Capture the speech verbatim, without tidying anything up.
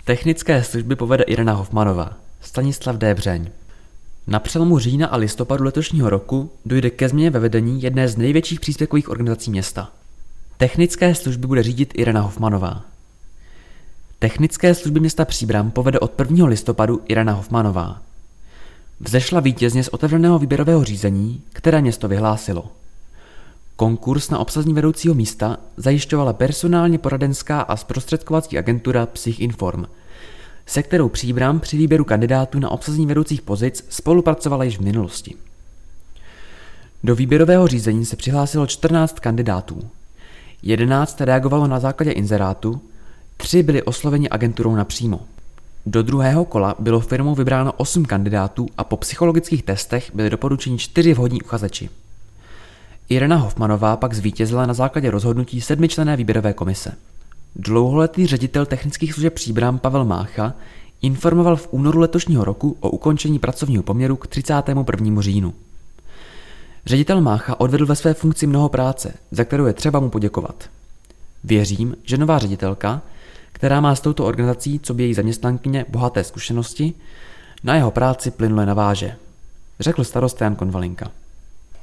Technické služby povede Irena Hofmanová, Stanislav Débřeň. Na přelomu října a listopadu letošního roku dojde ke změně ve vedení jedné z největších příspěvkových organizací města. Technické služby bude řídit Irena Hofmanová. Technické služby města Příbram povede od prvního listopadu Irena Hofmanová. Vzešla vítězně z otevřeného výběrového řízení, které město vyhlásilo. Konkurs na obsazení vedoucího místa zajišťovala personálně poradenská a zprostředkovací agentura Psychinform, se kterou Příbram při výběru kandidátů na obsazení vedoucích pozic spolupracovala již v minulosti. Do výběrového řízení se přihlásilo čtrnáct kandidátů. jedenáct reagovalo na základě inzerátu, tři byli osloveni agenturou napřímo. Do druhého kola bylo firmou vybráno osm kandidátů a po psychologických testech byli doporučeni čtyři vhodní uchazeči. Irena Hofmanová pak zvítězila na základě rozhodnutí sedmičlenné výběrové komise. Dlouholetý ředitel technických služeb Příbram Pavel Mácha informoval v únoru letošního roku o ukončení pracovního poměru k třicátému prvnímu říjnu. Ředitel Mácha odvedl ve své funkci mnoho práce, za kterou je třeba mu poděkovat. Věřím, že nová ředitelka, která má s touto organizací coby její zaměstnankyně bohaté zkušenosti, na jeho práci plynule naváže, řekl starosta Jan Konvalinka.